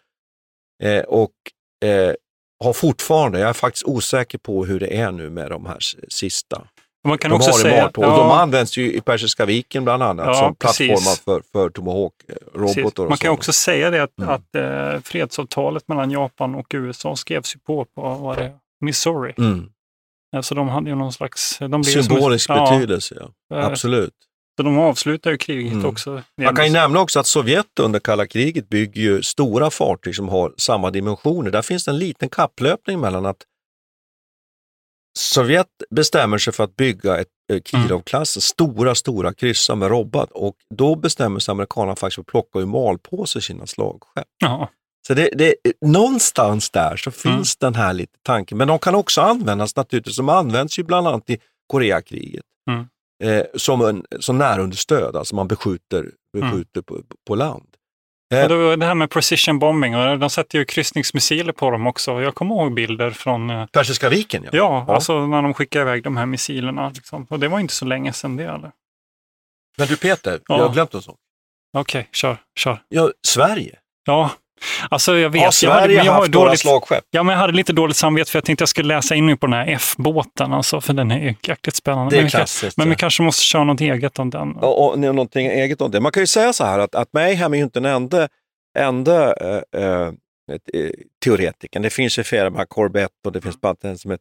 Har fortfarande, jag är faktiskt osäker på hur det är nu med de här sista. Man kan också säga och de används ju i Persiska viken bland annat som plattformar för Tomahawk-robotar. Man kan också säga det att fredsavtalet mellan Japan och USA skrevs ju på vad det är, Missouri. Så de hade ju någon slags... symbolisk betydelse, ja. Absolut. Så de avslutar ju kriget också. Man kan ju nämna också att Sovjet under kalla kriget bygger ju stora fartyg som har samma dimensioner. Där finns det en liten kapplöpning mellan att Sovjet bestämmer sig för att bygga ett Kirov-klass, stora kryssar med robbat, och då bestämmer sig amerikanerna faktiskt för att plocka i malpåse sina slagskepp. Ja. Så det någonstans där så finns den här lite tanken. Men de kan också användas naturligtvis, som används ju bland annat i Koreakriget som närunderstöd, alltså man beskjuter på land. Det här med precision bombing, och de sätter ju kryssningsmissiler på dem också. Jag kommer ihåg bilder från... Persiska viken, ja. Ja, alltså när de skickar iväg de här missilerna. Liksom. Och det var inte så länge sedan det, eller? Men du Peter, jag har glömt en sak. Okej, kör. Ja, Sverige. Ja, alltså jag vet. Ja, Sverige har haft några slagskepp. Ja, men jag hade lite dåligt samvete för jag tänkte jag skulle läsa in på den här F-båten, alltså, för den är jäkligt spännande. Det är klassiskt. Men vi kanske måste köra något eget om den. Och någonting eget om det. Man kan ju säga så här att Mayhem är ju inte den enda teoretiken. Det finns ju flera med Corbett, och det finns bara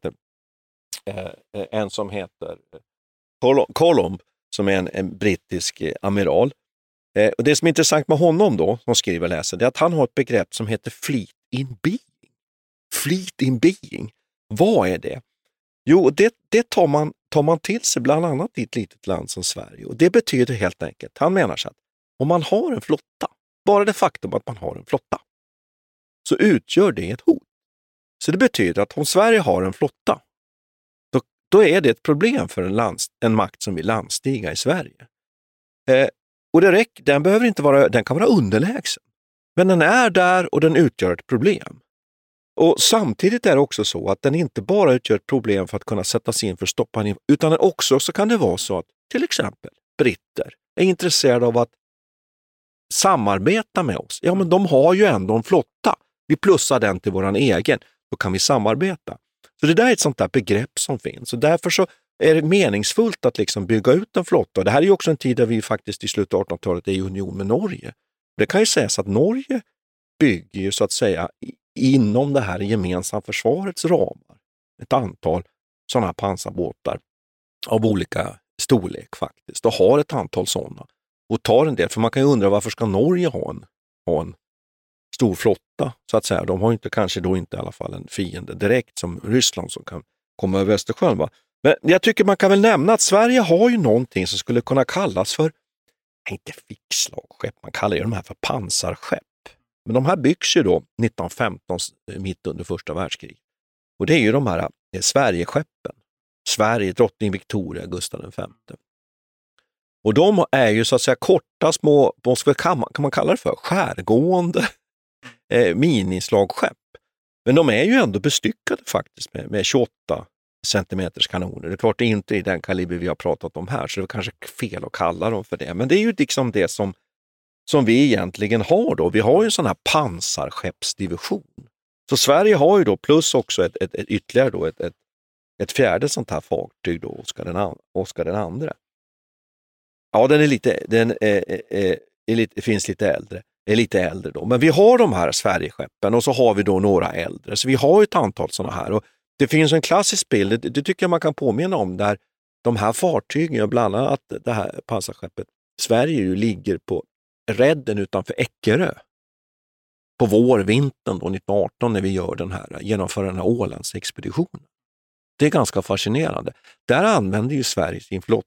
en som heter Colomb, som är en brittisk amiral. Och det som är intressant med honom då, som skriver och läser, det är att han har ett begrepp som heter fleet in being. Fleet in being. Vad är det? Jo, det tar man till sig bland annat i ett litet land som Sverige. Och det betyder helt enkelt, han menar så att om man har en flotta, bara det faktum att man har en flotta, så utgör det ett hot. Så det betyder att om Sverige har en flotta, då är det ett problem för en makt som vill landstiga i Sverige. Och den behöver inte vara, den kan vara underlägsen. Men den är där och den utgör ett problem. Och samtidigt är det också så att den inte bara utgör ett problem för att kunna sättas in för att stoppa den, utan också så kan det vara så att till exempel britter är intresserade av att samarbeta med oss, ja men de har ju ändå en flotta. Vi plussar den till våran egen, då kan vi samarbeta. Så det där är ett sånt där begrepp som finns. Och därför så är det meningsfullt att liksom bygga ut en flotta. Det här är ju också en tid där vi faktiskt i slutet av 1800-talet är i union med Norge. Det kan ju sägas att Norge bygger ju så att säga inom det här gemensamma försvarets ramar ett antal sådana här pansarbåtar av olika storlek faktiskt. Och har ett antal sådana. Och tar en del, för man kan ju undra varför ska Norge ha en stor flotta så att säga. De har inte kanske då inte i alla fall en fiende direkt som Ryssland som kan komma över Östersjön. Va? Men jag tycker man kan väl nämna att Sverige har ju någonting som skulle kunna kallas för, inte fickslagskepp, man kallar ju de här för pansarskepp. Men de här byggs ju då 1915 mitt under första världskriget. Och det är ju de här Sverigeskeppen. Sverige, drottning Victoria, Gustav V. Och de är ju så att säga korta små, kan man kalla det för, skärgående minislagskepp. Men de är ju ändå bestyckade faktiskt med 28 centimeters kanoner. Det är klart det är inte i den kaliber vi har pratat om här, så det är kanske fel att kalla dem för det. Men det är ju liksom det som vi egentligen har då. Vi har ju en sån här pansarskeppsdivision. Så Sverige har ju då plus också ett ytterligare då ett fjärde sånt här fartyg då, Oscar den andra. Ja, finns lite äldre. Är lite äldre då. Men vi har de här Sverigeskeppen och så har vi då några äldre. Så vi har ett antal sådana här. Och det finns en klassisk bild, det tycker jag man kan påminna om, där de här fartygen, bland annat det här pansarskeppet Sverige ju ligger på redden utanför Eckerö. På vårvintern då 1918 när vi genomför den här Ålandsexpeditionen. Det är ganska fascinerande. Där använder ju Sverige sin flotta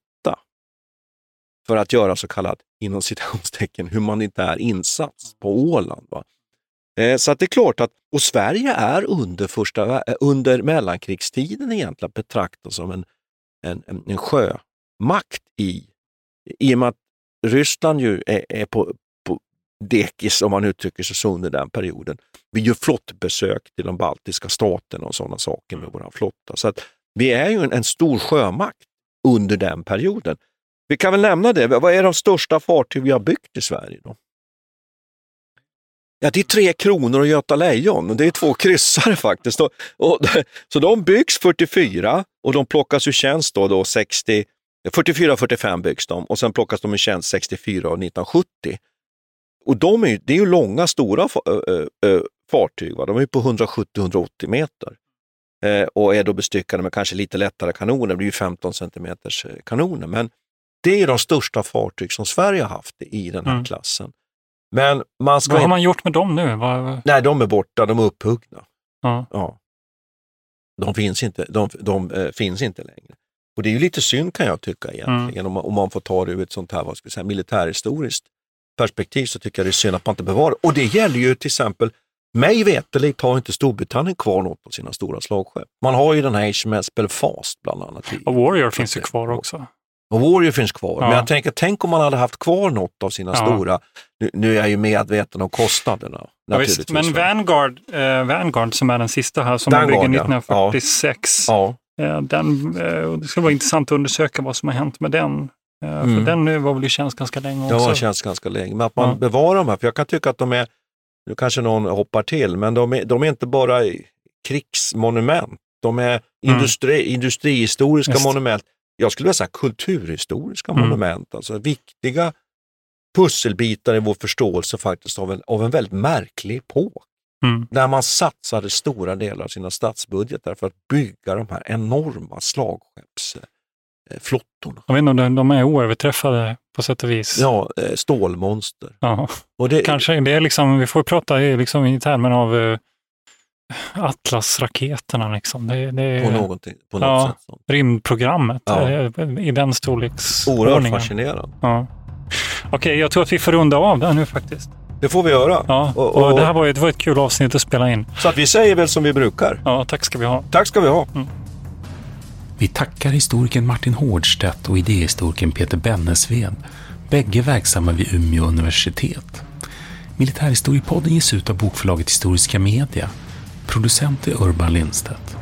för att göra så kallad, inom citationstecken, humanitär insats på Åland. Va? Så att det är klart att, och Sverige är under mellankrigstiden egentligen betraktat som en sjömakt i och med att Ryssland ju är på dekis, om man uttrycker sig så, under den perioden. Vi gör flottbesök till de baltiska staterna och sådana saker med våra flotta. Så att vi är ju en stor sjömakt under den perioden. Vi kan väl nämna det. Vad är de största fartyg vi har byggt i Sverige då? Ja, det är 3 Kronor och Göta Lejon. Och det är 2 kryssare faktiskt. Så de byggs 44 och de plockas ur tjänst då 60, 44-45 byggs de. Och sen plockas de ur tjänst 64 och 1970. Och det är ju långa, stora fartyg. Va? De är ju på 170-180 meter. Och är då bestyckade med kanske lite lättare kanoner. Det blir ju 15 centimeters kanoner. Men det är de största fartyg som Sverige har haft i den här klassen. Men vad har man gjort med dem nu? Nej, de är borta. De är upphuggna. Ja. De finns inte längre. Och det är ju lite synd, kan jag tycka egentligen. Om man får ta det ur ett sånt här militärhistoriskt perspektiv, så tycker jag det är synd att man inte bevarar. Och det gäller ju till exempel, mig veterligt har inte Storbritannien kvar något på sina stora slagskepp. Man har ju den här HMS Belfast bland annat. Och Warrior finns ju kvar också. Och Warrior finns kvar. Ja. Men jag tänker, tänk om man hade haft kvar något av sina stora. Nu är jag ju medveten om kostnaderna. Ja, visst, men Vanguard som är den sista här, som man bygger 1946. Ja. Det skulle vara intressant att undersöka vad som har hänt med den. För den var väl känns ganska länge också. Ja, det känns ganska länge. Men att man bevarar dem här. För jag kan tycka att de är, nu kanske någon hoppar till, men de är inte bara krigsmonument. De är industrihistoriska monument. Jag skulle vilja säga kulturhistoriska monument. Alltså viktiga pusselbitar i vår förståelse faktiskt av en väldigt märklig epok. Där man satsade stora delar av sina statsbudgetar för att bygga de här enorma slagskeppsflottorna. Jag vet inte om de är oöverträffade på sätt och vis. Ja, stålmonster. Ja. Och kanske det är liksom, vi får prata liksom i termen av Atlas-raketerna liksom. Det på något sätt. Sånt. Rymdprogrammet i den storleksordningen. Oerhört fascinerande. Ja. Okej, jag tror att vi får runda av det nu faktiskt. Det får vi göra. Ja, och det här var ett kul avsnitt att spela in. Så att vi säger väl som vi brukar. Ja, tack ska vi ha. Tack ska vi ha. Vi tackar historikern Martin Hårdstedt och idéhistorikern Peter Bennesved, bägge verksamma vid Umeå universitet. Militärhistoriepodden ges ut av bokförlaget Historiska Media. Producent är Urban Lindstedt.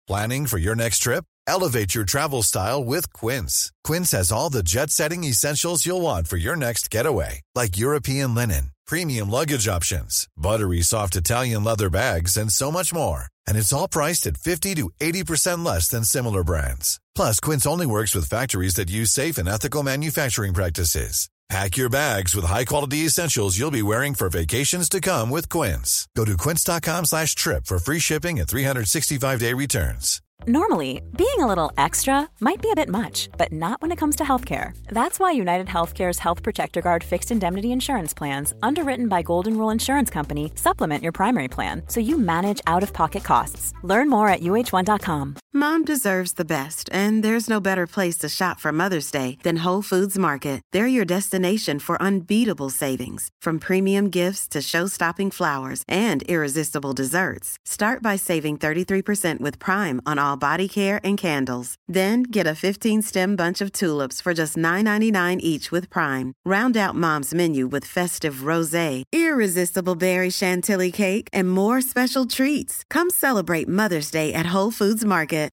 Planning for your next trip? Elevate your travel style with Quince. Quince has all the jet-setting essentials you'll want for your next getaway, like European linen, premium luggage options, buttery soft Italian leather bags, and so much more. And it's all priced at 50 to 80% less than similar brands. Plus, Quince only works with factories that use safe and ethical manufacturing practices. Pack your bags with high-quality essentials you'll be wearing for vacations to come with Quince. Go to quince.com/trip for free shipping and 365-day returns. Normally, being a little extra might be a bit much, but not when it comes to healthcare. That's why United Healthcare's Health Protector Guard fixed indemnity insurance plans, underwritten by Golden Rule Insurance Company, supplement your primary plan so you manage out-of-pocket costs. Learn more at uh1.com. Mom deserves the best, and there's no better place to shop for Mother's Day than Whole Foods Market. They're your destination for unbeatable savings, from premium gifts to show-stopping flowers and irresistible desserts. Start by saving 33% with Prime on all body care and candles. Then get a 15-stem bunch of tulips for just $9.99 each with Prime. Round out Mom's menu with festive rosé, irresistible berry chantilly cake, and more special treats. Come celebrate Mother's Day at Whole Foods Market.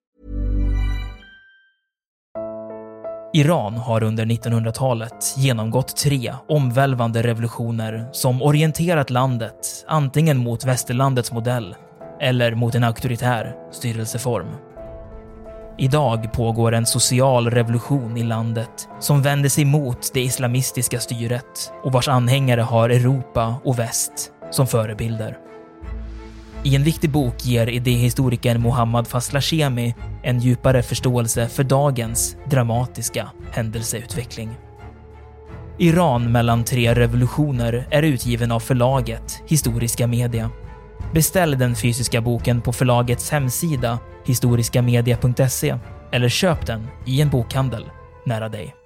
Iran har under 1900-talet genomgått 3 omvälvande revolutioner som orienterat landet antingen mot västerlandets modell eller mot en auktoritär styrelseform. Idag pågår en social revolution i landet som vänder sig mot det islamistiska styret och vars anhängare har Europa och väst som förebilder. I en viktig bok ger idéhistorikern Mohammad Faslashemi en djupare förståelse för dagens dramatiska händelseutveckling. Iran mellan 3 revolutioner är utgiven av förlaget Historiska Media. Beställ den fysiska boken på förlagets hemsida historiskamedia.se eller köp den i en bokhandel nära dig.